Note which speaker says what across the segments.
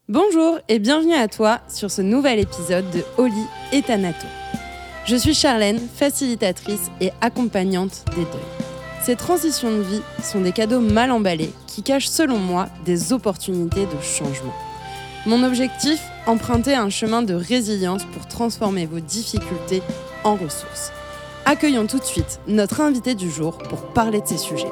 Speaker 1: Bonjour et bienvenue à toi sur ce nouvel épisode de Oli et Thanato. Je suis Charlène, facilitatrice et accompagnante des deuils. Ces transitions de vie sont des cadeaux mal emballés qui cachent selon moi des opportunités de changement. Mon objectif, emprunter un chemin de résilience pour transformer vos difficultés en ressources. Accueillons tout de suite notre invité du jour pour parler de ces sujets.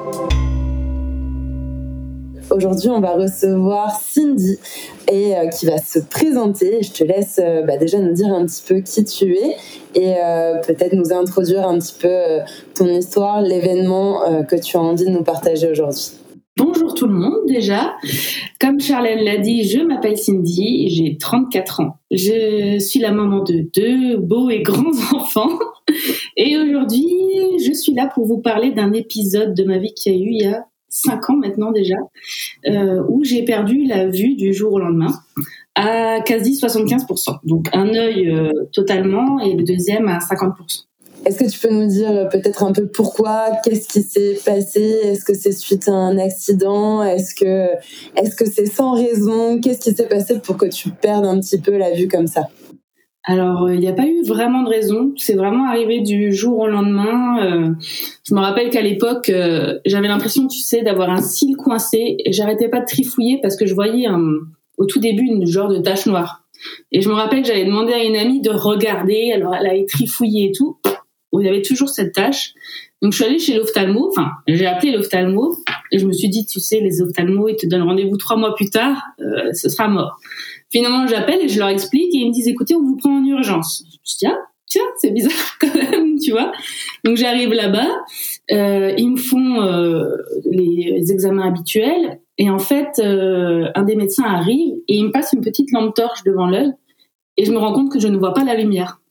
Speaker 2: Aujourd'hui, on va recevoir Cindy qui va se présenter. Je te laisse déjà nous dire un petit peu qui tu es et peut-être nous introduire un petit peu ton histoire, l'événement que tu as envie de nous partager aujourd'hui.
Speaker 3: Bonjour tout le monde déjà. Comme Charlène l'a dit, je m'appelle Cindy, j'ai 34 ans. Je suis la maman de 2 beaux et grands enfants. Et aujourd'hui, je suis là pour vous parler d'un épisode de ma vie qu'il y a eu il y a 5 ans maintenant déjà, où j'ai perdu la vue du jour au lendemain à quasi 75%. Donc un œil totalement et le deuxième à 50%.
Speaker 2: Est-ce que tu peux nous dire peut-être un peu pourquoi, qu'est-ce qui s'est passé? Est-ce que c'est suite à un accident? Est-ce que c'est sans raison? Qu'est-ce qui s'est passé pour que tu perdes un petit peu la vue comme ça?
Speaker 3: Alors, il n'y a pas eu vraiment de raison. C'est vraiment arrivé du jour au lendemain. Je me rappelle qu'à l'époque, j'avais l'impression, tu sais, d'avoir un cil coincé. Et j'arrêtais pas de trifouiller parce que je voyais au tout début une genre de tache noire. Et je me rappelle que j'avais demandé à une amie de regarder. Alors, elle avait trifouillé et tout. Il y avait toujours cette tache. Donc, je suis allée chez l'ophtalmo. Enfin, j'ai appelé l'ophtalmo. Et je me suis dit, tu sais, les ophtalmos, ils te donnent rendez-vous 3 mois plus tard. Ce sera mort. Finalement, j'appelle et je leur explique et ils me disent, écoutez, on vous prend en urgence. Je dis, tiens, c'est bizarre quand même, tu vois. Donc, j'arrive là-bas, ils me font les examens habituels et en fait, un des médecins arrive et il me passe une petite lampe torche devant l'œil et je me rends compte que je ne vois pas la lumière.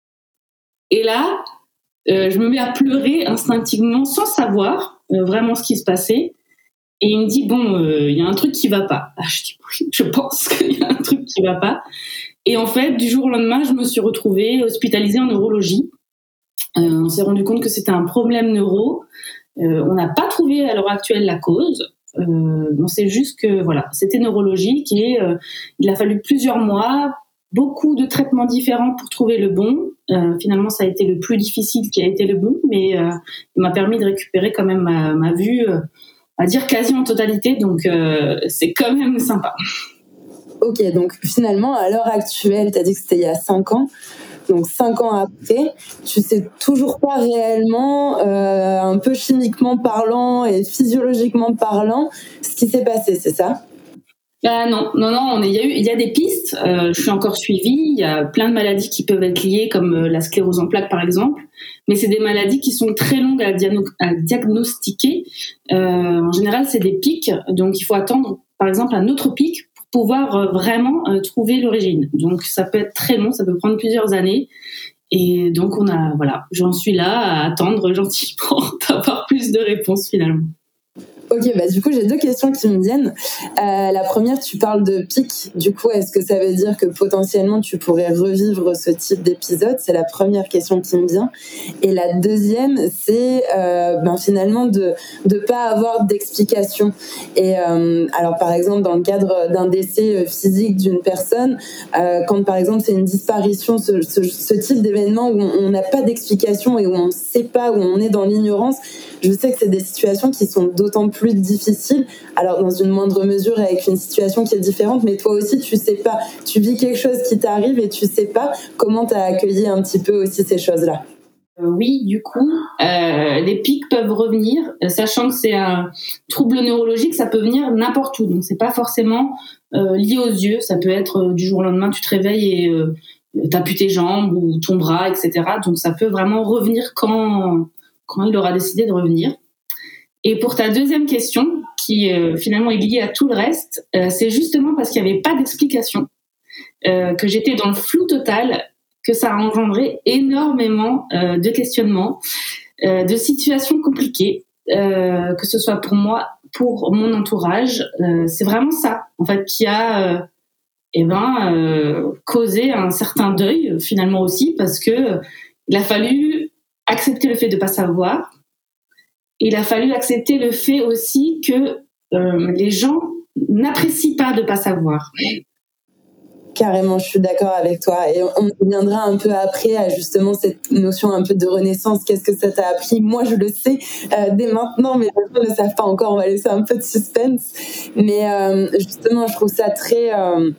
Speaker 3: Et là, je me mets à pleurer instinctivement sans savoir vraiment ce qui se passait. Et il me dit, il y a un truc qui va pas. Je dis, oui, je pense qu'il y a un truc qui va pas. Et en fait, du jour au lendemain, je me suis retrouvée hospitalisée en neurologie. On s'est rendu compte que c'était un problème neuro. On n'a pas trouvé à l'heure actuelle la cause. On sait juste que voilà, c'était neurologique et il a fallu plusieurs mois, beaucoup de traitements différents pour trouver le bon. Finalement, ça a été le plus difficile qui a été le bon, mais il m'a permis de récupérer quand même ma vue, à dire quasi en totalité, donc c'est quand même sympa.
Speaker 2: Ok, donc finalement, à l'heure actuelle, tu as dit que c'était il y a 5 ans, donc 5 ans après, tu sais toujours pas réellement, un peu chimiquement parlant et physiologiquement parlant, ce qui s'est passé, c'est ça?
Speaker 3: Non, il y a des pistes, je suis encore suivie, il y a plein de maladies qui peuvent être liées, comme la sclérose en plaques par exemple, mais c'est des maladies qui sont très longues à diagnostiquer. En général, c'est des pics, donc il faut attendre par exemple un autre pic pour pouvoir vraiment trouver l'origine. Donc ça peut être très long, ça peut prendre plusieurs années, et donc j'en suis là à attendre gentiment d'avoir plus de réponses finalement.
Speaker 2: Ok, du coup, j'ai 2 questions qui me viennent. La première, tu parles de pic. Du coup, est-ce que ça veut dire que potentiellement, tu pourrais revivre ce type d'épisode? C'est la première question qui me vient. Et la deuxième, c'est finalement de pas avoir d'explication. Et alors, par exemple, dans le cadre d'un décès physique d'une personne, quand, par exemple, c'est une disparition, ce type d'événement où on n'a pas d'explication et où on ne sait pas, où on est dans l'ignorance, je sais que c'est des situations qui sont d'autant plus difficiles, alors dans une moindre mesure avec une situation qui est différente, mais toi aussi tu sais pas, tu vis quelque chose qui t'arrive et tu sais pas comment t'as accueilli un petit peu aussi ces choses-là.
Speaker 3: Oui, du coup, les pics peuvent revenir, sachant que c'est un trouble neurologique, ça peut venir n'importe où, donc c'est pas forcément lié aux yeux, ça peut être du jour au lendemain, tu te réveilles et t'as plus tes jambes ou ton bras, etc. Donc ça peut vraiment revenir quand il aura décidé de revenir. Et pour ta deuxième question, qui finalement est liée à tout le reste, c'est justement parce qu'il n'y avait pas d'explication, que j'étais dans le flou total, que ça a engendré énormément de questionnements, de situations compliquées, que ce soit pour moi, pour mon entourage. C'est vraiment ça, en fait, qui a causé un certain deuil, finalement aussi, parce que il a fallu accepter le fait de ne pas savoir. Il a fallu accepter le fait aussi que les gens n'apprécient pas de ne pas savoir.
Speaker 2: Carrément, je suis d'accord avec toi. Et on reviendra un peu après à justement cette notion un peu de renaissance. Qu'est-ce que ça t'a appris ? Moi, je le sais dès maintenant, mais les gens ne le savent pas encore. On va laisser un peu de suspense. Mais justement, je trouve ça très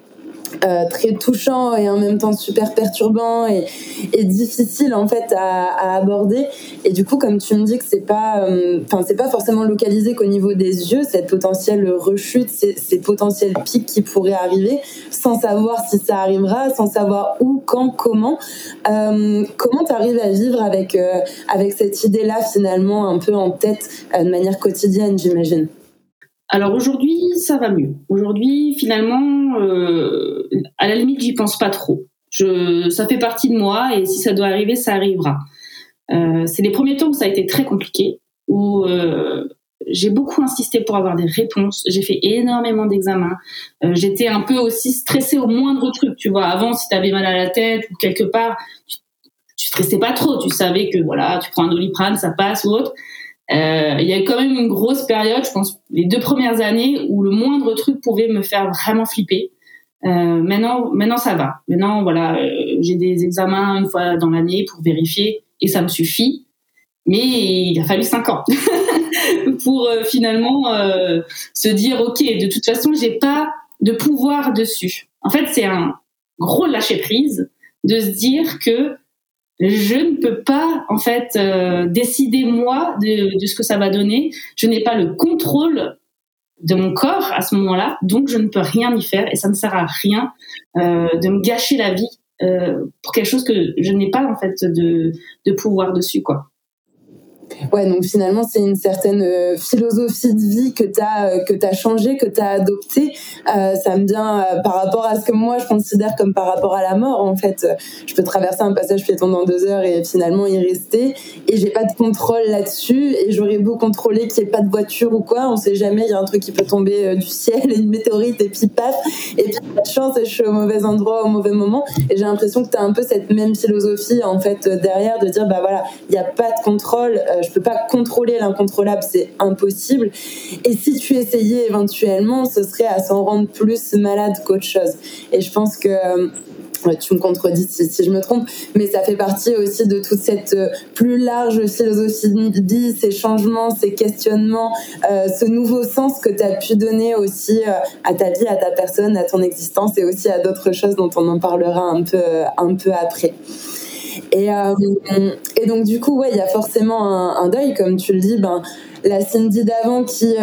Speaker 2: touchant et en même temps super perturbant et difficile en fait à aborder. Et du coup, comme tu me dis que c'est pas forcément localisé qu'au niveau des yeux, cette potentielle rechute, ces potentiels pics qui pourraient arriver, sans savoir si ça arrivera, sans savoir où, quand, comment. Comment t'arrives à vivre avec cette idée-là finalement un peu en tête de manière quotidienne, j'imagine?
Speaker 3: Alors aujourd'hui, ça va mieux. Aujourd'hui, finalement, à la limite, j'y pense pas trop. Ça fait partie de moi et si ça doit arriver, ça arrivera. C'est les premiers temps où ça a été très compliqué, où j'ai beaucoup insisté pour avoir des réponses. J'ai fait énormément d'examens. J'étais un peu aussi stressée au moindre truc, tu vois. Avant, si t'avais mal à la tête ou quelque part, tu stressais pas trop. Tu savais que voilà, tu prends un Doliprane, ça passe ou autre. Il y a quand même une grosse période, je pense, les 2 premières années où le moindre truc pouvait me faire vraiment flipper. Maintenant, ça va. Maintenant, voilà, j'ai des examens une fois dans l'année pour vérifier et ça me suffit. Mais il a fallu 5 ans pour finalement se dire, ok, de toute façon, j'ai pas de pouvoir dessus. En fait, c'est un gros lâcher prise de se dire que je ne peux pas en fait décider moi de ce que ça va donner. Je n'ai pas le contrôle de mon corps à ce moment-là, donc je ne peux rien y faire et ça ne sert à rien de me gâcher la vie pour quelque chose que je n'ai pas en fait de pouvoir dessus, quoi.
Speaker 2: Ouais, donc finalement, c'est une certaine philosophie de vie que t'as changée, que t'as adoptée. Ça me vient par rapport à ce que moi, je considère comme par rapport à la mort. En fait, je peux traverser un passage piéton dans 2 heures et finalement y rester. Et j'ai pas de contrôle là-dessus. Et j'aurais beau contrôler qu'il n'y ait pas de voiture ou quoi. On sait jamais, il y a un truc qui peut tomber du ciel, une météorite, et puis paf. Et puis, pas de chance, et je suis au mauvais endroit, au mauvais moment. Et j'ai l'impression que t'as un peu cette même philosophie, en fait, derrière, de dire, bah voilà, il n'y a pas de contrôle. Je peux pas contrôler l'incontrôlable, c'est impossible. Et si tu essayais éventuellement, ce serait à s'en rendre plus malade qu'autre chose. Et je pense que tu me contredis si je me trompe, mais ça fait partie aussi de toute cette plus large philosophie de vie, ces changements, ces questionnements, ce nouveau sens que tu as pu donner aussi à ta vie, à ta personne, à ton existence et aussi à d'autres choses dont on en parlera un peu après. Et donc du coup, ouais, il y a forcément un deuil, comme tu le dis. La Cindy d'avant qui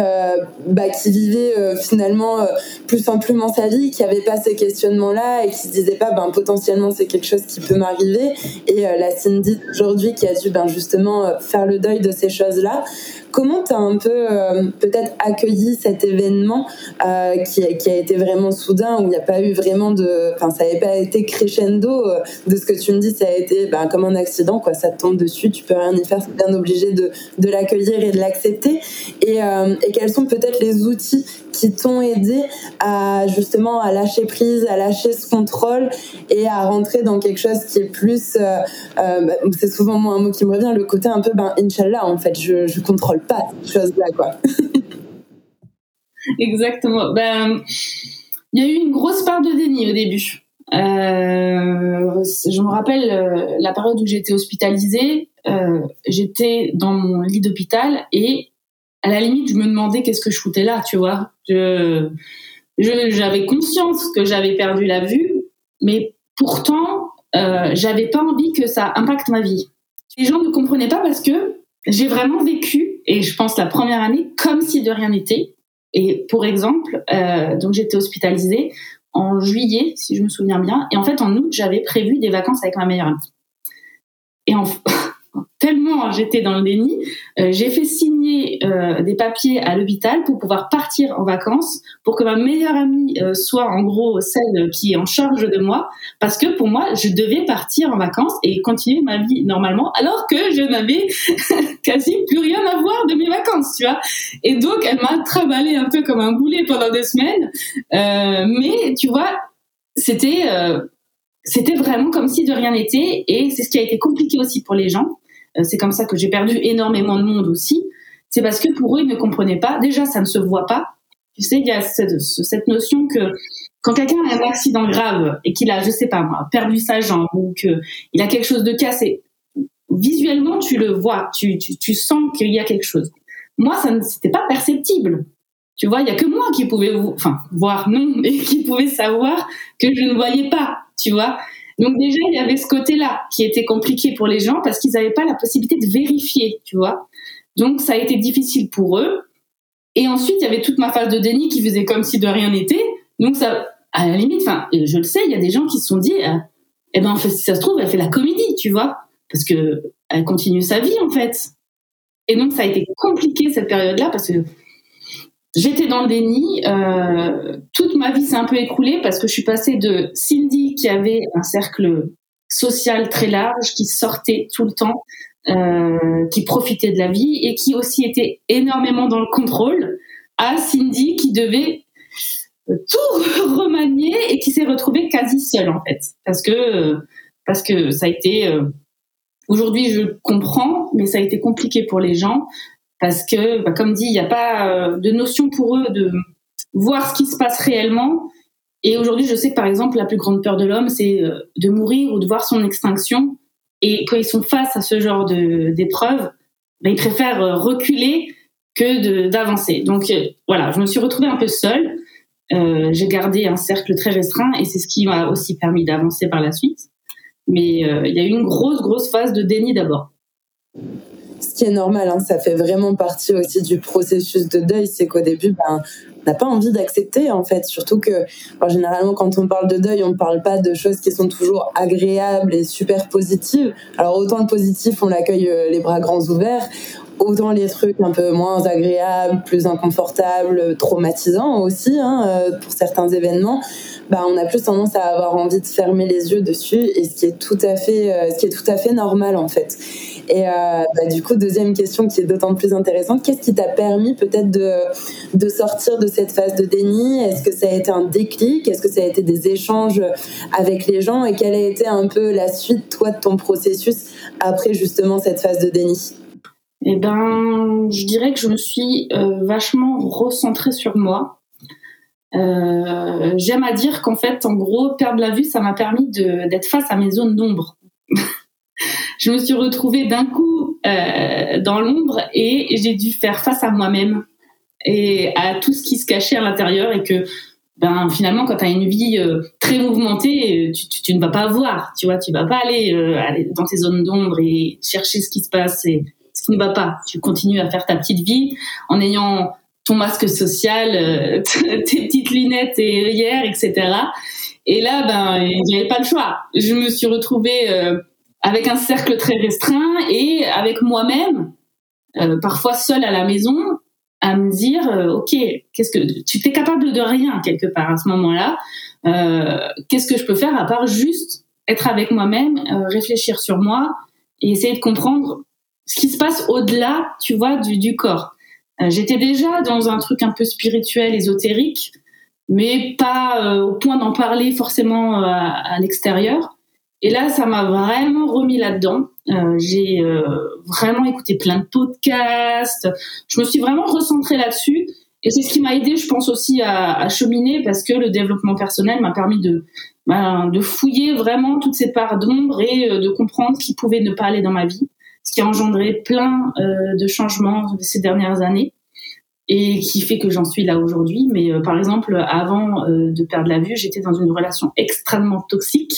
Speaker 2: vivait finalement plus simplement sa vie, qui avait pas ces questionnements-là et qui se disait pas potentiellement c'est quelque chose qui peut m'arriver. Et la Cindy d'aujourd'hui qui a dû justement faire le deuil de ces choses-là. Comment tu as un peu peut-être accueilli cet événement qui a été vraiment soudain, où il n'y a pas eu vraiment ça n'avait pas été crescendo de ce que tu me dis, ça a été comme un accident, quoi. Ça te tombe dessus, tu peux rien y faire, c'est bien obligé de l'accueillir et de l'accepter. Et quels sont peut-être les outils qui t'ont aidé à justement à lâcher prise, à lâcher ce contrôle et à rentrer dans quelque chose qui est plus c'est souvent moi un mot qui me revient, le côté un peu Inch'Allah, en fait, je contrôle pas cette chose-là, quoi.
Speaker 3: Exactement. Il y a eu une grosse part de déni au début. Je me rappelle la période où j'étais hospitalisée, j'étais dans mon lit d'hôpital et à la limite je me demandais qu'est-ce que je foutais là, tu vois. J'avais conscience que j'avais perdu la vue, mais pourtant j'avais pas envie que ça impacte ma vie. Les gens ne comprenaient pas parce que j'ai vraiment vécu, et je pense la première année, comme si de rien n'était. Et pour exemple, donc j'étais hospitalisée en juillet, si je me souviens bien, et en fait en août j'avais prévu des vacances avec ma meilleure amie. Et tellement j'étais dans le déni, j'ai fait signer des papiers à l'hôpital pour pouvoir partir en vacances, pour que ma meilleure amie soit en gros celle qui est en charge de moi, parce que pour moi je devais partir en vacances et continuer ma vie normalement, alors que je n'avais quasi plus rien à voir de mes vacances, tu vois. Et donc elle m'a trimballée un peu comme un boulet pendant 2 semaines, mais tu vois, c'était vraiment comme si de rien n'était, et c'est ce qui a été compliqué aussi pour les gens. C'est comme ça que j'ai perdu énormément de monde aussi. C'est parce que pour eux, ils ne comprenaient pas. Déjà, ça ne se voit pas. Tu sais, il y a cette notion que quand quelqu'un a un accident grave et qu'il a, je sais pas moi, perdu sa jambe ou qu'il a quelque chose de cassé, visuellement, tu le vois, tu sens qu'il y a quelque chose. Moi, c'était pas perceptible. Tu vois, il y a que moi qui pouvais, voir non, mais qui pouvait savoir que je ne voyais pas, tu vois. Donc déjà, il y avait ce côté-là qui était compliqué pour les gens parce qu'ils n'avaient pas la possibilité de vérifier, tu vois. Donc ça a été difficile pour eux. Et ensuite, il y avait toute ma phase de déni qui faisait comme si de rien n'était. Donc ça, à la limite, je le sais, il y a des gens qui se sont dit, en fait, si ça se trouve, elle fait la comédie, tu vois, parce que elle continue sa vie en fait. Et donc ça a été compliqué cette période-là parce que j'étais dans le déni. Toute ma vie s'est un peu écroulée parce que je suis passée de Cindy qui avait un cercle social très large, qui sortait tout le temps, qui profitait de la vie et qui aussi était énormément dans le contrôle, à Cindy qui devait tout remanier et qui s'est retrouvée quasi seule en fait. Parce que ça a été... aujourd'hui, je comprends, mais ça a été compliqué pour les gens. Parce que, comme dit, il n'y a pas de notion pour eux de voir ce qui se passe réellement. Et aujourd'hui, je sais que, par exemple, la plus grande peur de l'homme, c'est de mourir ou de voir son extinction. Et quand ils sont face à ce genre d'épreuves, ils préfèrent reculer que d'avancer. Donc, voilà, je me suis retrouvée un peu seule. J'ai gardé un cercle très restreint et c'est ce qui m'a aussi permis d'avancer par la suite. Mais il y a eu une grosse phase de déni d'abord.
Speaker 2: Ce qui est normal, ça fait vraiment partie aussi du processus de deuil, c'est qu'au début, on n'a pas envie d'accepter en fait, surtout que généralement quand on parle de deuil, on ne parle pas de choses qui sont toujours agréables et super positives. Alors autant le positif, on l'accueille les bras grands ouverts, autant les trucs un peu moins agréables, plus inconfortables, traumatisants aussi pour certains événements, on a plus tendance à avoir envie de fermer les yeux dessus, et ce qui est tout à fait normal en fait. Et du coup, deuxième question qui est d'autant plus intéressante, qu'est-ce qui t'a permis peut-être de sortir de cette phase de déni? Est-ce que ça a été un déclic? Est-ce que ça a été des échanges avec les gens? Et quelle a été un peu la suite, toi, de ton processus après justement cette phase de déni?
Speaker 3: Je dirais que je me suis vachement recentrée sur moi. J'aime à dire qu'en fait, en gros, perdre la vue, ça m'a permis d'être face à mes zones d'ombre. Je me suis retrouvée d'un coup dans l'ombre et j'ai dû faire face à moi-même et à tout ce qui se cachait à l'intérieur, et que finalement, quand tu as une vie très mouvementée, tu ne vas pas voir, tu vois, tu vas pas aller dans tes zones d'ombre et chercher ce qui se passe et ce qui ne va pas. Tu continues à faire ta petite vie en ayant ton masque social, tes petites lunettes et œillères, etc. Et là, il n'y avait pas le choix. Je me suis retrouvée avec un cercle très restreint et avec moi-même, parfois seule à la maison, à me dire ok, qu'est-ce que tu t'es capable de rien quelque part à ce moment-là, qu'est-ce que je peux faire à part juste être avec moi-même, réfléchir sur moi et essayer de comprendre ce qui se passe au-delà, tu vois, du corps. J'étais déjà dans un truc un peu spirituel, ésotérique, mais pas au point d'en parler forcément à l'extérieur. Et là, ça m'a vraiment remis là-dedans. J'ai vraiment écouté plein de podcasts. Je me suis vraiment recentrée là-dessus. Et c'est ce qui m'a aidée, je pense, aussi à cheminer, parce que le développement personnel m'a permis de fouiller vraiment toutes ces parts d'ombre et de comprendre ce qui pouvait ne pas aller dans ma vie. Ce qui a engendré plein de changements ces dernières années et qui fait que j'en suis là aujourd'hui. Mais par exemple, avant de perdre la vue, j'étais dans une relation extrêmement toxique.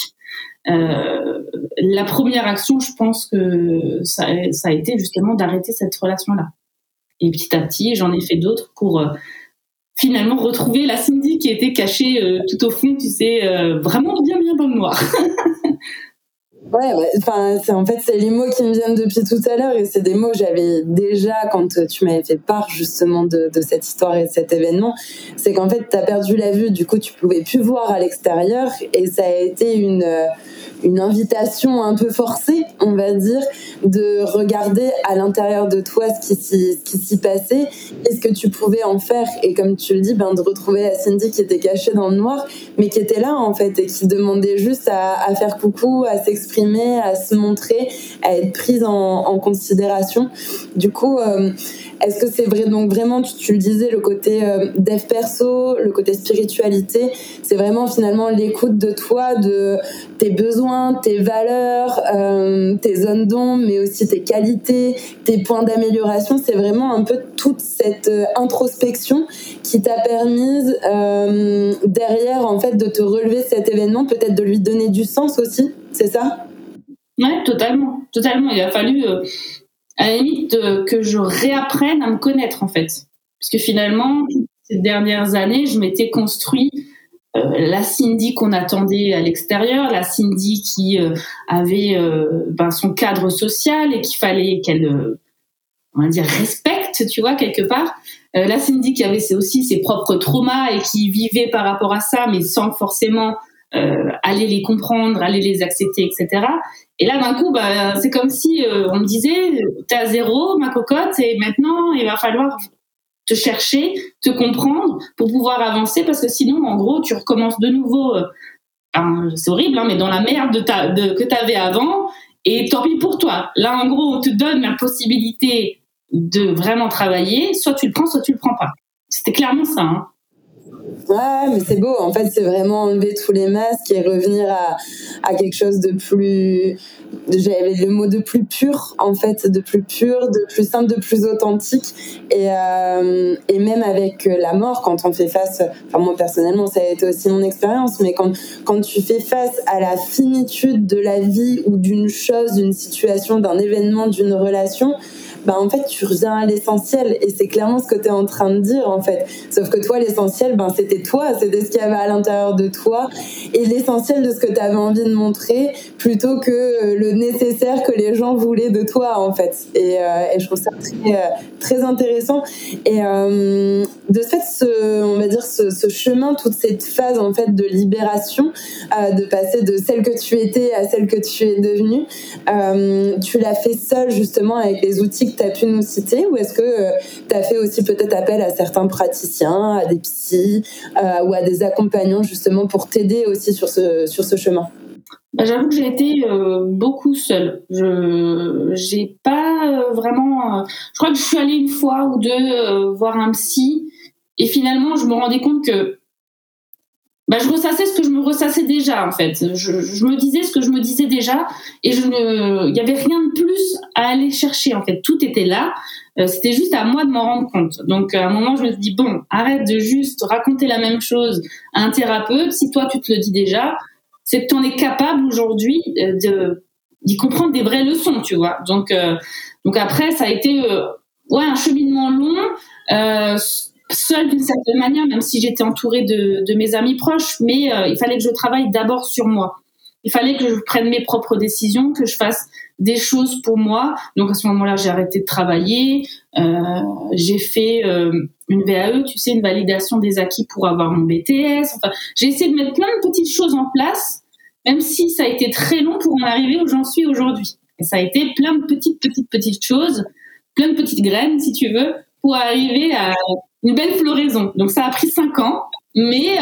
Speaker 3: La première action, je pense que ça a été justement d'arrêter cette relation-là. Et petit à petit, j'en ai fait d'autres pour finalement retrouver la Cindy qui était cachée tout au fond, tu sais, vraiment bien dans le noir.
Speaker 2: Ouais, en fait, c'est les mots qui me viennent depuis tout à l'heure, et c'est des mots que j'avais déjà quand tu m'avais fait part justement de cette histoire et de cet événement. C'est qu'en fait, t'as perdu la vue, du coup, tu pouvais plus voir à l'extérieur, et ça a été une une invitation un peu forcée, on va dire, de regarder à l'intérieur de toi ce qui s'y passait et ce que tu pouvais en faire. Et comme tu le dis, de retrouver la Cindy qui était cachée dans le noir, mais qui était là en fait et qui demandait juste à faire coucou, à s'exprimer, à se montrer, à être prise en considération. Du coup, est-ce que c'est vrai, donc vraiment, tu le disais, le côté dev perso, le côté spiritualité, c'est vraiment finalement l'écoute de toi, de tes besoins, tes valeurs, tes zones d'ombre, mais aussi tes qualités, tes points d'amélioration. C'est vraiment un peu toute cette introspection qui t'a permis derrière en fait de te relever cet événement, peut-être de lui donner du sens aussi, c'est ça?
Speaker 3: Ouais, totalement. Il a fallu à la limite que je réapprenne à me connaître en fait, parce que finalement ces dernières années je m'étais construit la Cindy qu'on attendait à l'extérieur, la Cindy qui avait son cadre social et qu'il fallait qu'elle on va dire respecte, tu vois, quelque part, la Cindy qui avait aussi ses propres traumas et qui vivait par rapport à ça mais sans forcément aller les comprendre, aller les accepter, etc. Et là, d'un coup, c'est comme si on me disait, t'es à zéro, ma cocotte, et maintenant, il va falloir te chercher, te comprendre pour pouvoir avancer, parce que sinon, en gros, tu recommences de nouveau, c'est horrible, mais dans la merde que t'avais avant, et tant pis pour toi. Là, en gros, on te donne la possibilité de vraiment travailler, soit tu le prends, soit tu le prends pas. C'était clairement ça, hein.
Speaker 2: Ouais, mais c'est beau. En fait, c'est vraiment enlever tous les masques et revenir à quelque chose de plus... J'avais le mot de plus pur, en fait, de plus pur, de plus simple, de plus authentique. Et même avec la mort, quand on fait face... Enfin, moi, personnellement, ça a été aussi mon expérience, mais quand tu fais face à la finitude de la vie ou d'une chose, d'une situation, d'un événement, d'une relation... en fait, tu reviens à l'essentiel et c'est clairement ce que tu es en train de dire, en fait. Sauf que toi, l'essentiel, c'était toi, c'était ce qu'il y avait à l'intérieur de toi et l'essentiel de ce que tu avais envie de montrer plutôt que le nécessaire que les gens voulaient de toi, en fait. Et je trouve ça très, très intéressant. Et de fait, on va dire ce chemin, toute cette phase, en fait, de libération, de passer de celle que tu étais à celle que tu es devenue, tu l'as fait seule, justement, avec les outils que tu as pu nous citer, ou est-ce que tu as fait aussi peut-être appel à certains praticiens, à des psys ou à des accompagnants justement pour t'aider aussi sur ce chemin?
Speaker 3: J'avoue que j'ai été beaucoup seule. J'ai pas vraiment... je crois que je suis allée une fois ou deux voir un psy et finalement je me rendais compte que je ressassais ce que je me ressassais déjà, en fait. Je me disais ce que je me disais déjà et il y avait rien de plus à aller chercher, en fait. Tout était là. C'était juste à moi de m'en rendre compte. Donc, à un moment, je me suis dit, bon, arrête de juste raconter la même chose à un thérapeute. Si toi, tu te le dis déjà, c'est que tu en es capable aujourd'hui d'y comprendre des vraies leçons, tu vois. Donc après, ça a été un cheminement long, seule d'une certaine manière, même si j'étais entourée de mes amis proches, mais il fallait que je travaille d'abord sur moi. Il fallait que je prenne mes propres décisions, que je fasse des choses pour moi. Donc à ce moment-là, j'ai arrêté de travailler, j'ai fait une VAE, tu sais, une validation des acquis pour avoir mon BTS. Enfin, j'ai essayé de mettre plein de petites choses en place, même si ça a été très long pour en arriver où j'en suis aujourd'hui. Et ça a été plein de petites choses, plein de petites graines, si tu veux, pour arriver à une belle floraison. Donc ça a pris 5 ans, mais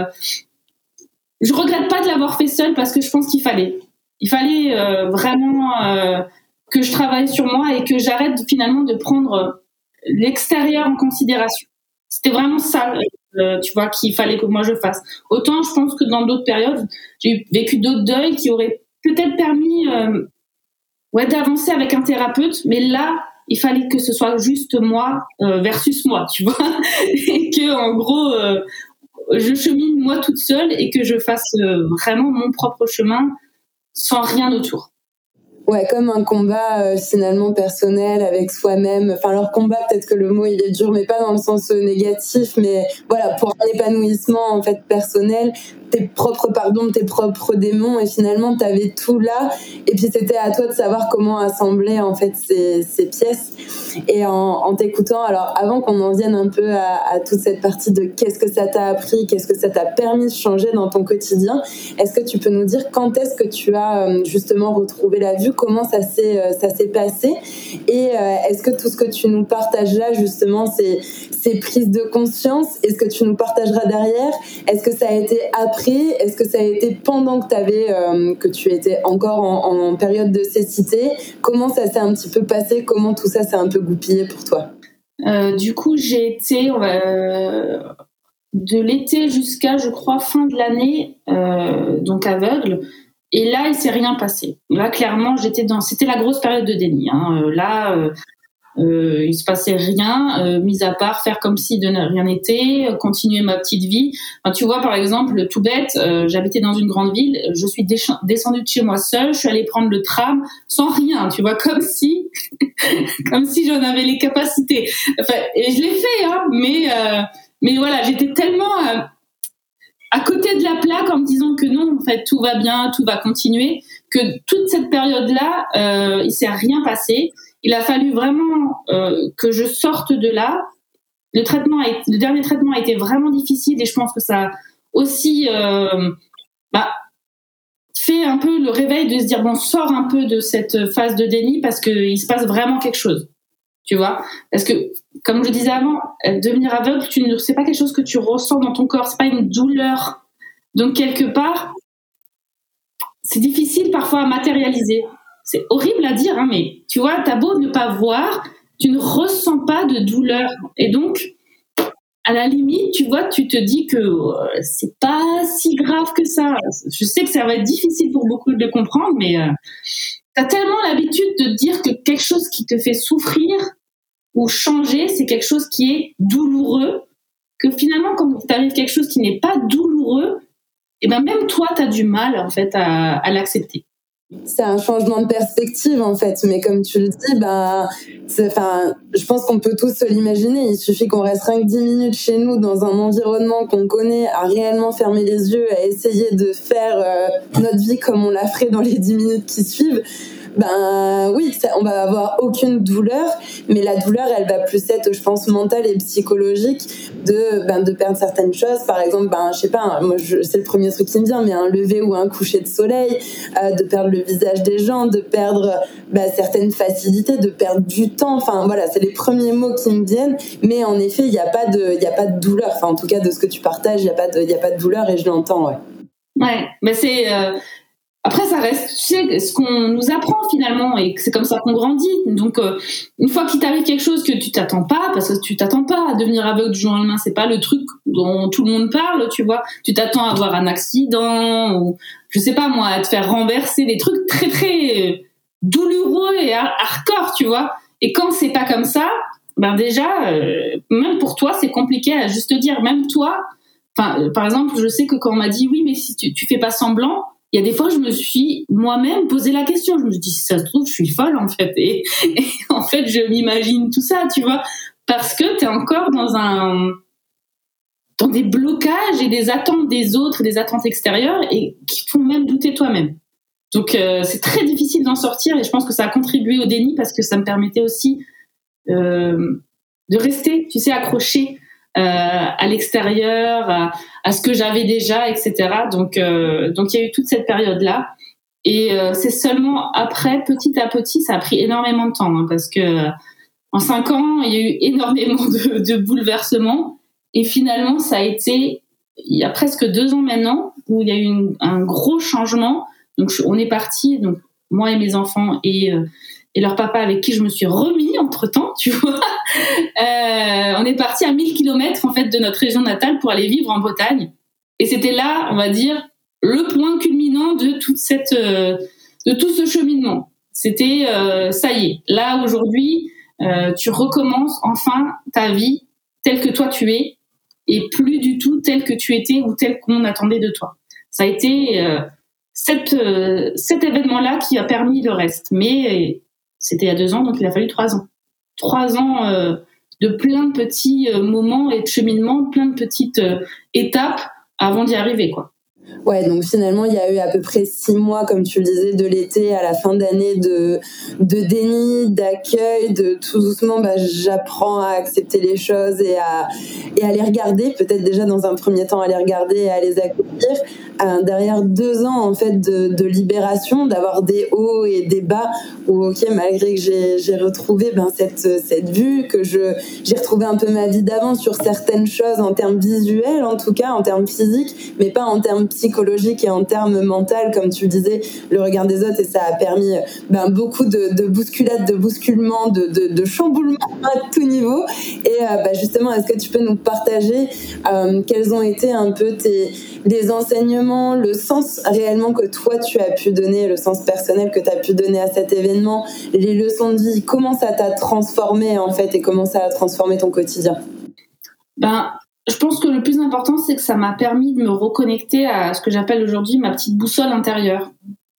Speaker 3: je regrette pas de l'avoir fait seule parce que je pense qu'il fallait. Il fallait vraiment que je travaille sur moi et que j'arrête finalement de prendre l'extérieur en considération. C'était vraiment ça, tu vois, qu'il fallait que moi je fasse. Autant je pense que dans d'autres périodes, j'ai vécu d'autres deuils qui auraient peut-être permis d'avancer avec un thérapeute, mais là, il fallait que ce soit juste moi versus moi, tu vois, et que en gros, je chemine moi toute seule et que je fasse vraiment mon propre chemin sans rien autour.
Speaker 2: Ouais, comme un combat finalement personnel avec soi-même. Enfin, leur combat, peut-être que le mot il est dur, mais pas dans le sens négatif, mais voilà, pour un épanouissement en fait personnel, tes propres démons, et finalement t'avais tout là, et puis c'était à toi de savoir comment assembler en fait ces pièces. Et en t'écoutant, alors avant qu'on en vienne un peu à toute cette partie de qu'est-ce que ça t'a appris, qu'est-ce que ça t'a permis de changer dans ton quotidien, est-ce que tu peux nous dire quand est-ce que tu as justement retrouvé la vue, comment ça s'est passé, et est-ce que tout ce que tu nous partages là justement ces prises de conscience, est-ce que tu nous partageras derrière, est-ce que ça a été après, est-ce que ça a été pendant que tu étais encore en période de cécité, comment ça s'est un petit peu passé, comment tout ça s'est un peu goupillé pour toi?
Speaker 3: Du coup, j'ai été de l'été jusqu'à, je crois, fin de l'année, donc aveugle. Et là, il s'est rien passé. Là, clairement, c'était la grosse période de déni. Il se passait rien, mis à part faire comme si de rien n'était, continuer ma petite vie. Enfin, tu vois, par exemple, tout bête, j'habitais dans une grande ville, je suis descendue de chez moi seule, je suis allée prendre le tram sans rien, tu vois, comme si j'en avais les capacités. Enfin, et je l'ai fait, mais voilà, j'étais tellement à côté de la plaque en me disant que non, en fait, tout va bien, tout va continuer, que toute cette période-là, il s'est rien passé. Il a fallu vraiment que je sorte de là. Le dernier traitement a été vraiment difficile, et je pense que ça a aussi fait un peu le réveil de se dire bon, sors un peu de cette phase de déni parce qu'il se passe vraiment quelque chose. Tu vois, parce que comme je disais avant, devenir aveugle, c'est pas quelque chose que tu ressens dans ton corps, c'est pas une douleur. Donc quelque part, c'est difficile parfois à matérialiser. C'est horrible à dire, mais tu vois, t'as beau ne pas voir, tu ne ressens pas de douleur. Et donc, à la limite, tu vois, tu te dis que c'est pas si grave que ça. Je sais que ça va être difficile pour beaucoup de comprendre, mais t'as tellement l'habitude de dire que quelque chose qui te fait souffrir ou changer, c'est quelque chose qui est douloureux, que finalement, quand t'arrive quelque chose qui n'est pas douloureux, et ben même toi, t'as du mal en fait à l'accepter.
Speaker 2: C'est un changement de perspective en fait, mais comme tu le dis, je pense qu'on peut tous se l'imaginer. Il suffit qu'on reste rien que 10 minutes chez nous dans un environnement qu'on connaît, à réellement fermer les yeux, à essayer de faire notre vie comme on la ferait dans les 10 minutes qui suivent. Oui, on va avoir aucune douleur, mais la douleur, elle va plus être, je pense, mentale et psychologique de perdre certaines choses. Par exemple, je sais pas, moi, c'est le premier truc qui me vient, mais un lever ou un coucher de soleil, de perdre le visage des gens, de perdre certaines facilités, de perdre du temps. Enfin, voilà, c'est les premiers mots qui me viennent. Mais en effet, il n'y a pas de douleur. Enfin, en tout cas, de ce que tu partages, il n'y a pas de douleur, et je l'entends, ouais.
Speaker 3: Ouais, mais c'est... Après, ça reste, tu sais, ce qu'on nous apprend finalement, et c'est comme ça qu'on grandit. Donc, une fois qu'il t'arrive quelque chose que tu t'attends pas, parce que tu t'attends pas à devenir aveugle du jour au lendemain, c'est pas le truc dont tout le monde parle, tu vois. Tu t'attends à avoir un accident, ou je sais pas moi, à te faire renverser, des trucs très très douloureux et hardcore, tu vois. Et quand c'est pas comme ça, déjà, même pour toi, c'est compliqué à juste dire. Même toi, par exemple, je sais que quand on m'a dit oui, mais si tu fais pas semblant. Il y a des fois, je me suis moi-même posé la question. Je me suis dit, si ça se trouve, je suis folle, en fait. Et en fait, je m'imagine tout ça, tu vois. Parce que t'es encore dans des blocages et des attentes des autres, des attentes extérieures, et qui font même douter toi-même. Donc, c'est très difficile d'en sortir, et je pense que ça a contribué au déni parce que ça me permettait aussi de rester, tu sais, accrochée à l'extérieur, à ce que j'avais déjà, etc. Donc il y a eu toute cette période-là, et c'est seulement après, petit à petit, ça a pris énormément de temps, parce que en 5 ans, il y a eu énormément de bouleversements, et finalement, ça a été il y a presque 2 ans maintenant où il y a eu un gros changement. Donc on est parti, donc moi et mes enfants et leur papa avec qui je me suis remis entre-temps, tu vois. On est parti à 1000 km en fait de notre région natale pour aller vivre en Bretagne. Et c'était là, on va dire, le point culminant de tout ce cheminement. C'était ça y est. Là aujourd'hui, tu recommences enfin ta vie telle que toi tu es, et plus du tout telle que tu étais ou telle qu'on attendait de toi. Ça a été cet événement-là qui a permis le reste. Mais c'était il y a 2 ans, donc il a fallu 3 ans. 3 ans de plein de petits moments et de cheminement, plein de petites étapes avant d'y arriver, quoi.
Speaker 2: Ouais, donc finalement, il y a eu à peu près 6 mois, comme tu le disais, de l'été à la fin d'année de déni, d'accueil, de tout doucement, j'apprends à accepter les choses et à les regarder, peut-être déjà dans un premier temps à les regarder et à les accueillir. Derrière 2 ans, en fait, de libération, d'avoir des hauts et des bas, où, ok, malgré que j'ai retrouvé cette vue, que j'ai retrouvé un peu ma vie d'avant sur certaines choses en termes visuels, en tout cas, en termes physiques, mais pas en termes psychologiques et en termes mentaux, comme tu disais, le regard des autres, et ça a permis beaucoup de bousculades, de bousculements, de chamboulements à tout niveau. Et justement, est-ce que tu peux nous partager quels ont été un peu les enseignements, le sens réellement que toi tu as pu donner, le sens personnel que tu as pu donner à cet événement, les leçons de vie, comment ça t'a transformé en fait et comment ça a transformé ton quotidien?
Speaker 3: Je pense que le plus important, c'est que ça m'a permis de me reconnecter à ce que j'appelle aujourd'hui ma petite boussole intérieure.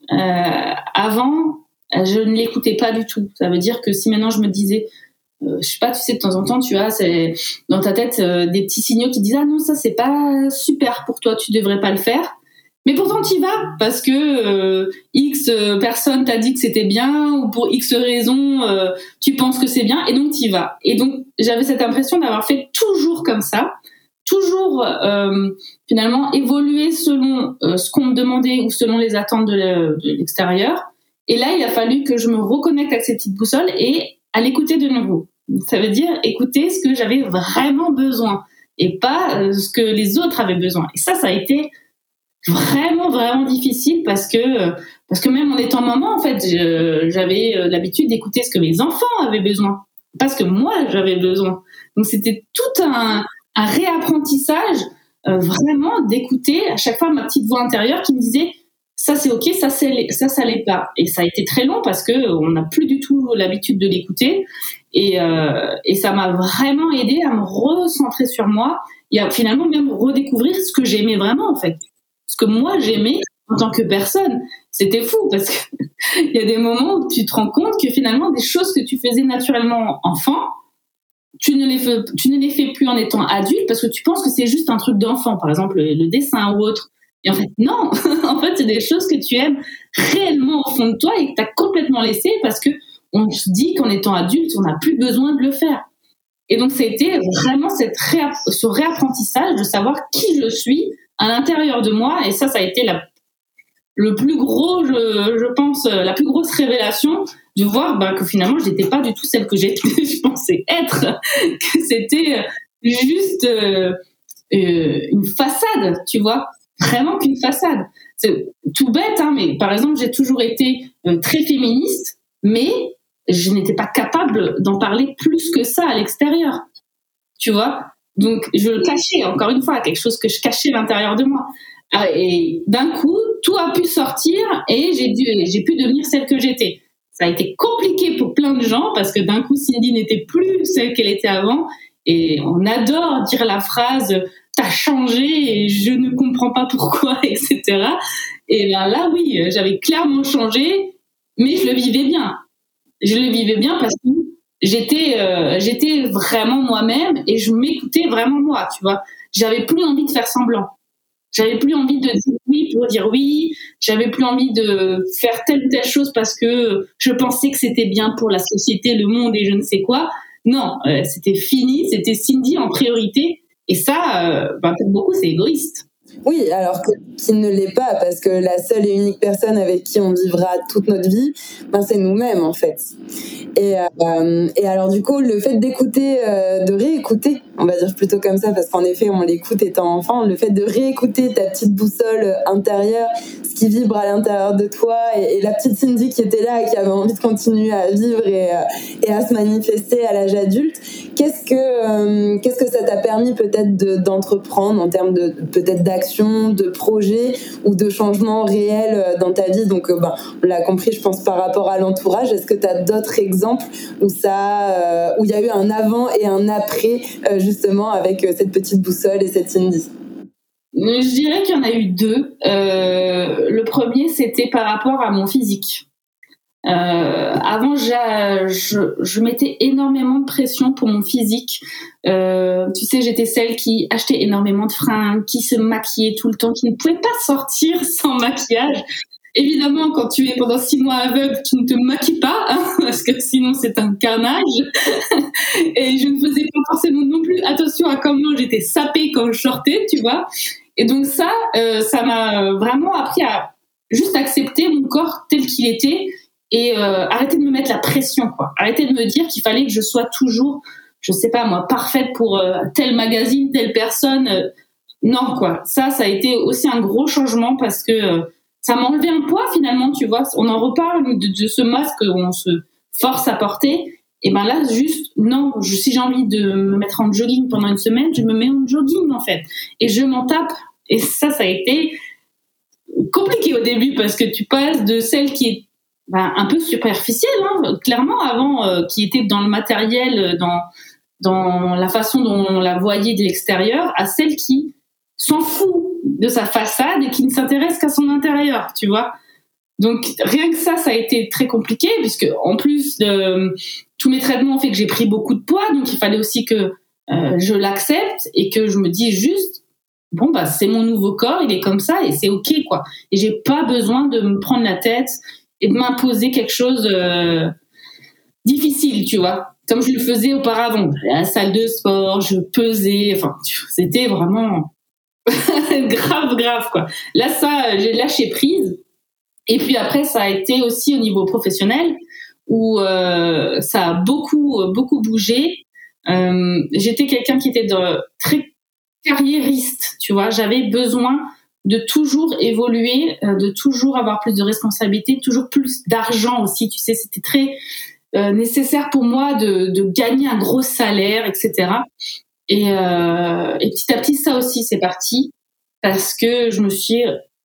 Speaker 3: Avant, je ne l'écoutais pas du tout. Ça veut dire que si maintenant je me disais, je sais pas, tu sais, de temps en temps, tu as dans ta tête des petits signaux qui disent ah non, ça c'est pas super pour toi, tu devrais pas le faire. Mais pourtant tu y vas parce que X personne t'a dit que c'était bien ou pour X raison tu penses que c'est bien et donc tu y vas. Et donc j'avais cette impression d'avoir fait toujours comme ça, toujours finalement évoluer selon ce qu'on me demandait ou selon les attentes de l'extérieur. Et là, il a fallu que je me reconnecte avec cette petite boussole et à l'écouter de nouveau. Ça veut dire écouter ce que j'avais vraiment besoin et pas ce que les autres avaient besoin. Et ça a été vraiment, vraiment difficile parce que même en étant maman, en fait, j'avais l'habitude d'écouter ce que mes enfants avaient besoin. Parce que moi, j'avais besoin. Donc, c'était tout un réapprentissage, vraiment d'écouter à chaque fois ma petite voix intérieure qui me disait ça c'est ok, ça l'est pas. Et ça a été très long parce que on n'a plus du tout l'habitude de l'écouter et ça m'a vraiment aidé à me recentrer sur moi et à finalement même redécouvrir ce que j'aimais vraiment en fait, ce que moi j'aimais en tant que personne. C'était fou parce que il y a des moments où tu te rends compte que finalement des choses que tu faisais naturellement enfant, tu ne les fais plus en étant adulte parce que tu penses que c'est juste un truc d'enfant, par exemple le dessin ou autre. Et en fait, non. En fait, c'est des choses que tu aimes réellement au fond de toi et que tu as complètement laissé parce que on se dit qu'en étant adulte, on n'a plus besoin de le faire. Et donc, ça a été vraiment ce réapprentissage de savoir qui je suis à l'intérieur de moi. Et ça a été le plus gros, je pense, la plus grosse révélation de voir que finalement, je n'étais pas du tout celle que je pensais être, que c'était juste une façade, tu vois. Vraiment qu'une façade. C'est tout bête, hein, mais par exemple, j'ai toujours été très féministe, mais je n'étais pas capable d'en parler plus que ça à l'extérieur. Tu vois ? Donc, je le cachais, encore une fois, quelque chose que je cachais à l'intérieur de moi. Et d'un coup, tout a pu sortir et j'ai pu devenir celle que j'étais. Ça a été compliqué pour plein de gens parce que d'un coup, Cindy n'était plus celle qu'elle était avant. Et on adore dire la phrase « t'as changé et je ne comprends pas pourquoi », etc. Et là, oui, j'avais clairement changé, mais je le vivais bien. Je le vivais bien parce que j'étais vraiment moi-même et je m'écoutais vraiment moi, tu vois. J'avais plus envie de faire semblant. J'avais plus envie de dire oui pour dire oui. J'avais plus envie de faire telle ou telle chose parce que je pensais que c'était bien pour la société, le monde et je ne sais quoi. Non, c'était fini, c'était Cindy en priorité. Et ça, pour beaucoup, c'est égoïste.
Speaker 2: Oui, alors qu'il ne l'est pas, parce que la seule et unique personne avec qui on vivra toute notre vie, c'est nous-mêmes, en fait. Et alors, du coup, le fait d'écouter, de réécouter, on va dire plutôt comme ça, parce qu'en effet, on l'écoute étant enfant, le fait de réécouter ta petite boussole intérieure, ce qui vibre à l'intérieur de toi, et la petite Cindy qui était là et qui avait envie de continuer à vivre et à se manifester à l'âge adulte, qu'est-ce que ça t'a permis peut-être d'entreprendre en termes de peut-être d'action, de projet ou de changement réel dans ta vie? Donc, on l'a compris, je pense, par rapport à l'entourage. Est-ce que tu as d'autres exemples où il y a eu un avant et un après, justement, avec cette petite boussole et cette Cindy?
Speaker 3: Je dirais qu'il y en a eu deux. Le premier, c'était par rapport à mon physique. Avant, je mettais énormément de pression pour mon physique. Tu sais, j'étais celle qui achetait énormément de fringues, qui se maquillait tout le temps, qui ne pouvait pas sortir sans maquillage. Évidemment, quand tu es pendant 6 mois aveugle, tu ne te maquilles pas, hein, parce que sinon c'est un carnage. Et je ne faisais pas forcément non plus attention à comment j'étais sapée quand je sortais, tu vois. Et donc ça m'a vraiment appris à juste accepter mon corps tel qu'il était et arrêter de me mettre la pression, quoi. Arrêter de me dire qu'il fallait que je sois toujours, je sais pas moi, parfaite pour tel magazine, telle personne. Non, quoi. Ça a été aussi un gros changement parce que ça m'a enlevé un poids finalement, tu vois. On en reparle de ce masque qu'on se force à porter. Et ben là, juste, non, si j'ai envie de me mettre en jogging pendant une semaine, je me mets en jogging en fait. Et je m'en tape. Et ça a été compliqué au début parce que tu passes de celle qui est un peu superficielle, hein, clairement, avant, qui était dans le matériel, dans la façon dont on la voyait de l'extérieur, à celle qui s'en fout de sa façade et qui ne s'intéresse qu'à son intérieur, tu vois. Donc rien que ça a été très compliqué puisque en plus tous mes traitements ont fait que j'ai pris beaucoup de poids, donc il fallait aussi que je l'accepte et que je me dise juste bon bah c'est mon nouveau corps, il est comme ça et c'est ok quoi. Et j'ai pas besoin de me prendre la tête et de m'imposer quelque chose difficile, tu vois. Comme je le faisais auparavant, à la salle de sport, je pesais, enfin c'était vraiment grave quoi. Là j'ai lâché prise. Et puis après ça a été aussi au niveau professionnel où ça a beaucoup bougé. J'étais quelqu'un qui était très carriériste, tu vois. J'avais besoin de toujours évoluer, de toujours avoir plus de responsabilités, toujours plus d'argent aussi, tu sais. C'était très nécessaire pour moi de gagner un gros salaire, etc. Et petit à petit, ça aussi, c'est parti parce que je me suis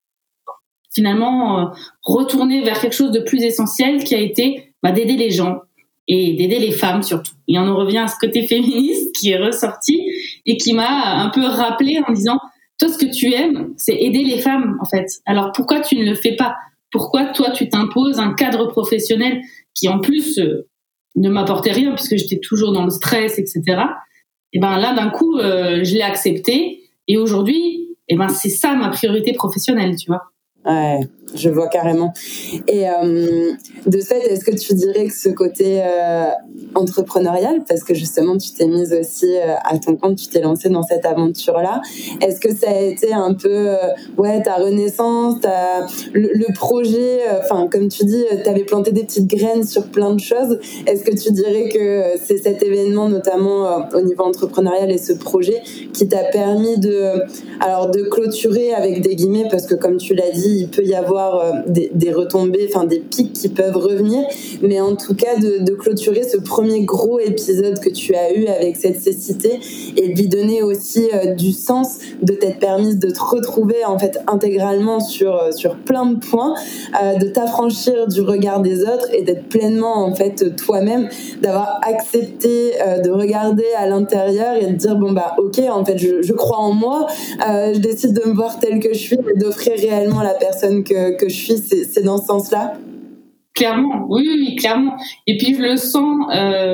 Speaker 3: finalement retournée vers quelque chose de plus essentiel qui a été d'aider les gens et d'aider les femmes surtout. Et on en revient à ce côté féministe qui est ressorti et qui m'a un peu rappelé en disant toi, ce que tu aimes, c'est aider les femmes en fait. Alors pourquoi tu ne le fais pas ? Pourquoi toi, tu t'imposes un cadre professionnel qui en plus ne m'apportait rien puisque j'étais toujours dans le stress, etc. Et ben là, d'un coup, je l'ai accepté. Et aujourd'hui, c'est ça ma priorité professionnelle, tu vois.
Speaker 2: Ouais, je vois carrément. Et de ce fait, est-ce que tu dirais que ce côté entrepreneurial, parce que justement tu t'es mise aussi à ton compte, tu t'es lancée dans cette aventure-là, est-ce que ça a été un peu ta renaissance, le projet, comme tu dis, t'avais planté des petites graines sur plein de choses. Est-ce que tu dirais que c'est cet événement, notamment au niveau entrepreneurial et ce projet, qui t'a permis de clôturer avec des guillemets, parce que comme tu l'as dit, il peut y avoir des retombées, des pics qui peuvent revenir, mais en tout cas de clôturer ce premier gros épisode que tu as eu avec cette cécité et de lui donner aussi du sens, de t'être permise de te retrouver en fait intégralement sur plein de points, de t'affranchir du regard des autres et d'être pleinement en fait toi-même, d'avoir accepté de regarder à l'intérieur et de dire ok, en fait je crois en moi, je décide de me voir telle que je suis et d'offrir réellement la personne que je suis. C'est dans ce sens-là?
Speaker 3: Clairement, oui, clairement. Et puis je le sens,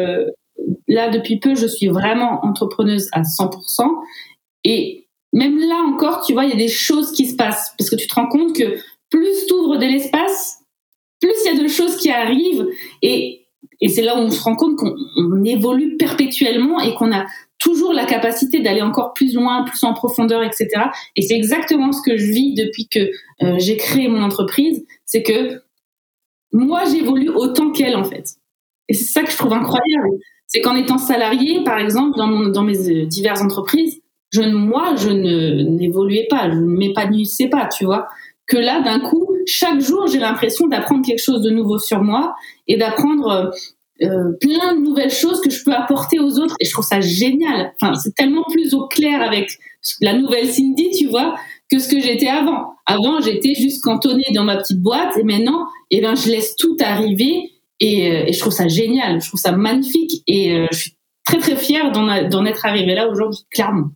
Speaker 3: là depuis peu, je suis vraiment entrepreneuse à 100%. Et même là encore, tu vois, il y a des choses qui se passent. Parce que tu te rends compte que plus tu ouvres de l'espace, plus il y a de choses qui arrivent. Et c'est là où on se rend compte qu'on évolue perpétuellement et qu'on a toujours la capacité d'aller encore plus loin, plus en profondeur, etc. Et c'est exactement ce que je vis depuis que j'ai créé mon entreprise. C'est que moi, j'évolue autant qu'elle, en fait. Et c'est ça que je trouve incroyable. C'est qu'en étant salariée, par exemple, dans mes diverses entreprises, je n'évoluais pas, je ne m'épanouissais pas, tu vois. Que là, d'un coup, chaque jour, j'ai l'impression d'apprendre quelque chose de nouveau sur moi et d'apprendre plein de nouvelles choses que je peux apporter aux autres. Et je trouve ça génial. Enfin, c'est tellement plus au clair avec la nouvelle Cindy, tu vois, que ce que j'étais avant. Avant, j'étais juste cantonnée dans ma petite boîte et maintenant, je laisse tout arriver et je trouve ça génial. Je trouve ça magnifique et je suis très, très fière d'en être arrivée là aujourd'hui, clairement.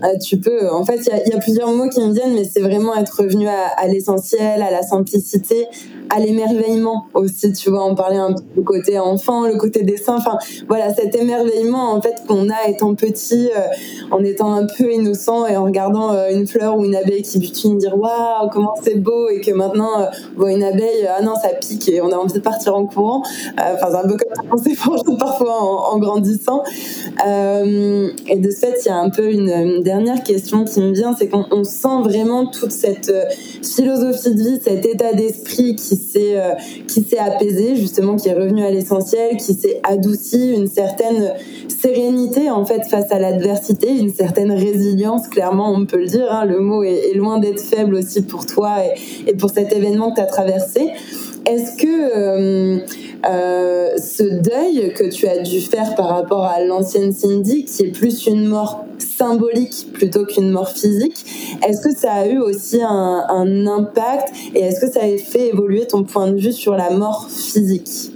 Speaker 2: tu peux, en fait, il y a plusieurs mots qui me viennent, mais c'est vraiment être revenu à l'essentiel, à la simplicité, à l'émerveillement aussi, tu vois. On parlait un peu du côté enfant, le côté dessin, enfin voilà, cet émerveillement en fait qu'on a étant petit, en étant un peu innocent et en regardant une fleur ou une abeille qui butine, dire waouh comment c'est beau, et que maintenant on voit une abeille, ah non ça pique et on a envie de partir en courant. Enfin c'est un peu comme ça qu'on s'efforce parfois en grandissant. Et de ce fait, il y a un peu une dernière question qui me vient, c'est qu'on sent vraiment toute cette philosophie de vie, cet état d'esprit qui s'est apaisé, justement, qui est revenu à l'essentiel, qui s'est adouci, une certaine sérénité en fait face à l'adversité, une certaine résilience, clairement on peut le dire, hein, le mot est loin d'être faible aussi pour toi et pour cet événement que tu as traversé. Est-ce que ce deuil que tu as dû faire par rapport à l'ancienne Cindy, qui est plus une mort symbolique plutôt qu'une mort physique, est-ce que ça a eu aussi un impact, et est-ce que ça a fait évoluer ton point de vue sur la mort physique?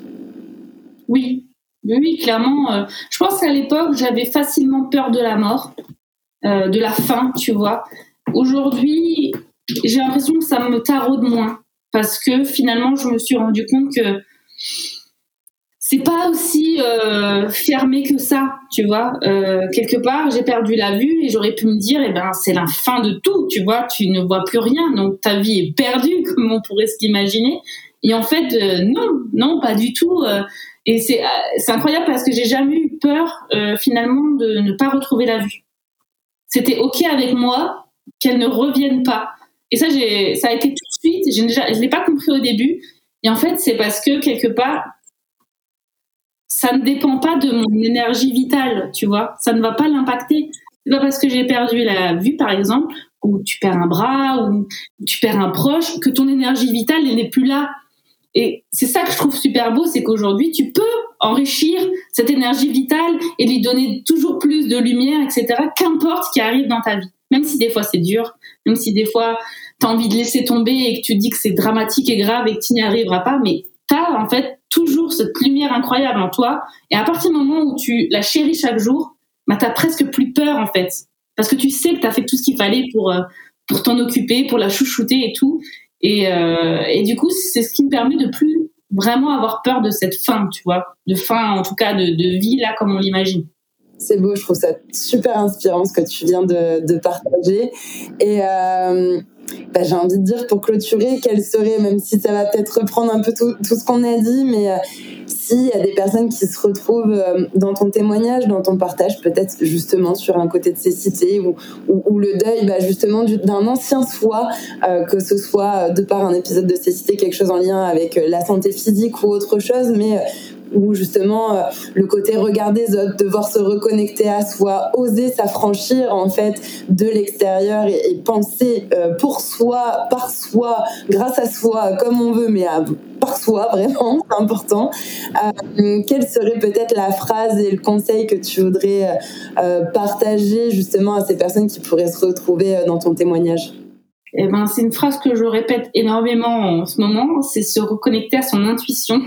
Speaker 3: Oui, clairement. Je pense qu'à l'époque, j'avais facilement peur de la mort, de la fin, tu vois. Aujourd'hui, j'ai l'impression que ça me taraude moins, parce que finalement, je me suis rendu compte que c'est pas aussi fermé que ça, tu vois. Quelque part, j'ai perdu la vue et j'aurais pu me dire, c'est la fin de tout, tu vois. Tu ne vois plus rien, donc ta vie est perdue, comme on pourrait s'imaginer. Et en fait, non, pas du tout. Et c'est incroyable parce que j'ai jamais eu peur finalement de ne pas retrouver la vue. C'était ok avec moi qu'elle ne revienne pas. Et ça a été tout de suite. Je l'ai pas compris au début. Et en fait, c'est parce que quelque part, ça ne dépend pas de mon énergie vitale, tu vois. Ça ne va pas l'impacter. C'est pas parce que j'ai perdu la vue, par exemple, ou tu perds un bras, ou tu perds un proche, que ton énergie vitale n'est plus là. Et c'est ça que je trouve super beau, c'est qu'aujourd'hui, tu peux enrichir cette énergie vitale et lui donner toujours plus de lumière, etc. Qu'importe ce qui arrive dans ta vie. Même si des fois c'est dur, même si des fois t'as envie de laisser tomber et que tu dis que c'est dramatique et grave et que tu n'y arriveras pas, mais t'as en fait toujours cette lumière incroyable en toi. Et à partir du moment où tu la chéris chaque jour, t'as presque plus peur en fait. Parce que tu sais que t'as fait tout ce qu'il fallait pour t'en occuper, pour la chouchouter et tout. Et du coup, c'est ce qui me permet de plus vraiment avoir peur de cette fin, tu vois, de fin en tout cas de vie là comme on l'imagine.
Speaker 2: C'est beau, je trouve ça super inspirant ce que tu viens de partager. Et j'ai envie de dire, pour clôturer, quel serait, même si ça va peut-être reprendre un peu tout ce qu'on a dit, mais s'il y a des personnes qui se retrouvent dans ton témoignage, dans ton partage, peut-être justement sur un côté de cécité ou le deuil justement d'un ancien soi, que ce soit de par un épisode de cécité, quelque chose en lien avec la santé physique ou autre chose, mais où justement le côté regard des autres, devoir se reconnecter à soi, oser s'affranchir en fait de l'extérieur et penser pour soi, par soi, grâce à soi, comme on veut, mais par soi, vraiment, c'est important. Quelle serait peut-être la phrase et le conseil que tu voudrais partager justement à ces personnes qui pourraient se retrouver dans ton témoignage?
Speaker 3: C'est une phrase que je répète énormément en ce moment, c'est se reconnecter à son intuition.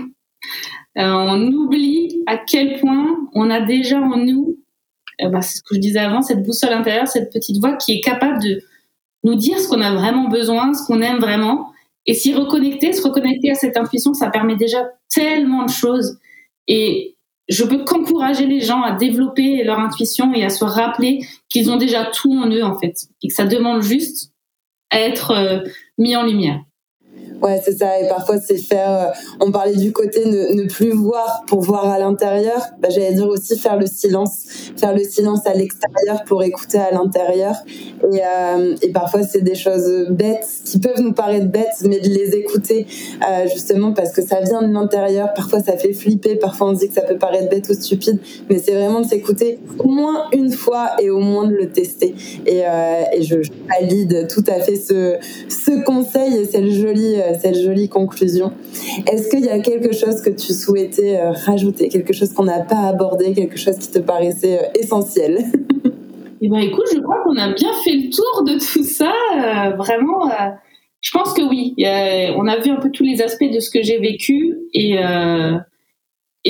Speaker 3: On oublie à quel point on a déjà en nous, c'est ce que je disais avant, cette boussole intérieure, cette petite voix qui est capable de nous dire ce qu'on a vraiment besoin, ce qu'on aime vraiment. Et se reconnecter à cette intuition, ça permet déjà tellement de choses. Et je peux qu'encourager les gens à développer leur intuition et à se rappeler qu'ils ont déjà tout en eux, en fait. Et que ça demande juste à être mis en lumière.
Speaker 2: Ouais, c'est ça. Et parfois, c'est faire... on parlait du côté ne plus voir pour voir à l'intérieur. J'allais dire aussi faire le silence à l'extérieur pour écouter à l'intérieur. Et parfois, c'est des choses bêtes qui peuvent nous paraître bêtes, mais de les écouter justement parce que ça vient de l'intérieur. Parfois, ça fait flipper. Parfois, on se dit que ça peut paraître bête ou stupide, mais c'est vraiment de s'écouter au moins une fois et au moins de le tester. Et je valide tout à fait ce conseil et cette jolie conclusion. Est-ce qu'il y a quelque chose que tu souhaitais rajouter, quelque chose qu'on n'a pas abordé, quelque chose qui te paraissait essentiel?
Speaker 3: Écoute, je crois qu'on a bien fait le tour de tout ça. Vraiment, je pense que oui. On a vu un peu tous les aspects de ce que j'ai vécu et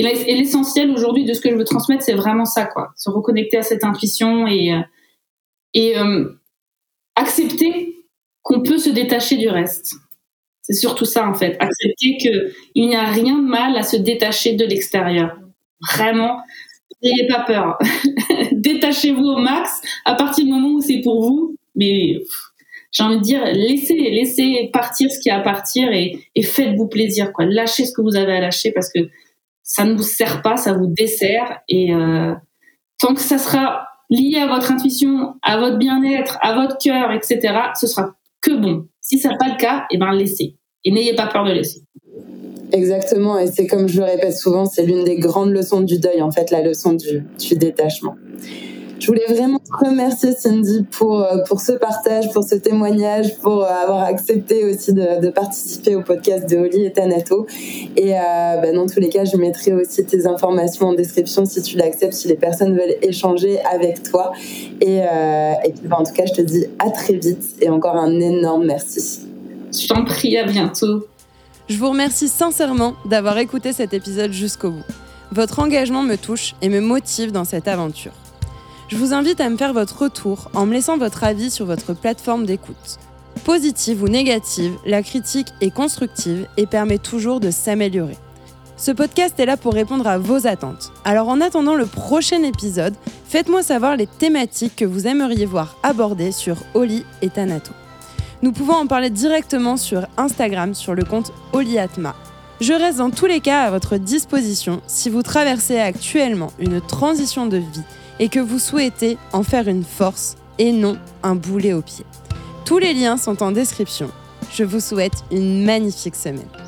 Speaker 3: l'essentiel aujourd'hui de ce que je veux transmettre, c'est vraiment ça, quoi. Se reconnecter à cette intuition et et accepter qu'on peut se détacher du reste. C'est surtout ça, en fait. Accepter qu'il n'y a rien de mal à se détacher de l'extérieur. Vraiment, n'ayez pas peur. Détachez-vous au max à partir du moment où c'est pour vous. Mais j'ai envie de dire, laissez partir ce qui a à partir et faites-vous plaisir, quoi. Lâchez ce que vous avez à lâcher parce que ça ne vous sert pas, ça vous dessert. Et tant que ça sera lié à votre intuition, à votre bien-être, à votre cœur, etc., ce sera que bon. Si ça n'est pas le cas, laissez. Et n'ayez pas peur de laisser.
Speaker 2: Exactement, et c'est comme je le répète souvent, c'est l'une des grandes leçons du deuil, en fait, la leçon du détachement. Je voulais vraiment te remercier, Cindy, pour ce partage, pour ce témoignage, pour avoir accepté aussi de participer au podcast de Oli et Thanato. Et dans tous les cas, je mettrai aussi tes informations en description si tu l'acceptes, si les personnes veulent échanger avec toi. Et puis, en tout cas, je te dis à très vite et encore un énorme merci.
Speaker 3: Je t'en prie, à bientôt.
Speaker 1: Je vous remercie sincèrement d'avoir écouté cet épisode jusqu'au bout. Votre engagement me touche et me motive dans cette aventure. Je vous invite à me faire votre retour en me laissant votre avis sur votre plateforme d'écoute. Positive ou négative, la critique est constructive et permet toujours de s'améliorer. Ce podcast est là pour répondre à vos attentes. Alors en attendant le prochain épisode, faites-moi savoir les thématiques que vous aimeriez voir abordées sur Oli et Thanato. Nous pouvons en parler directement sur Instagram sur le compte Oliatma. Je reste dans tous les cas à votre disposition si vous traversez actuellement une transition de vie et que vous souhaitez en faire une force et non un boulet au pied. Tous les liens sont en description. Je vous souhaite une magnifique semaine.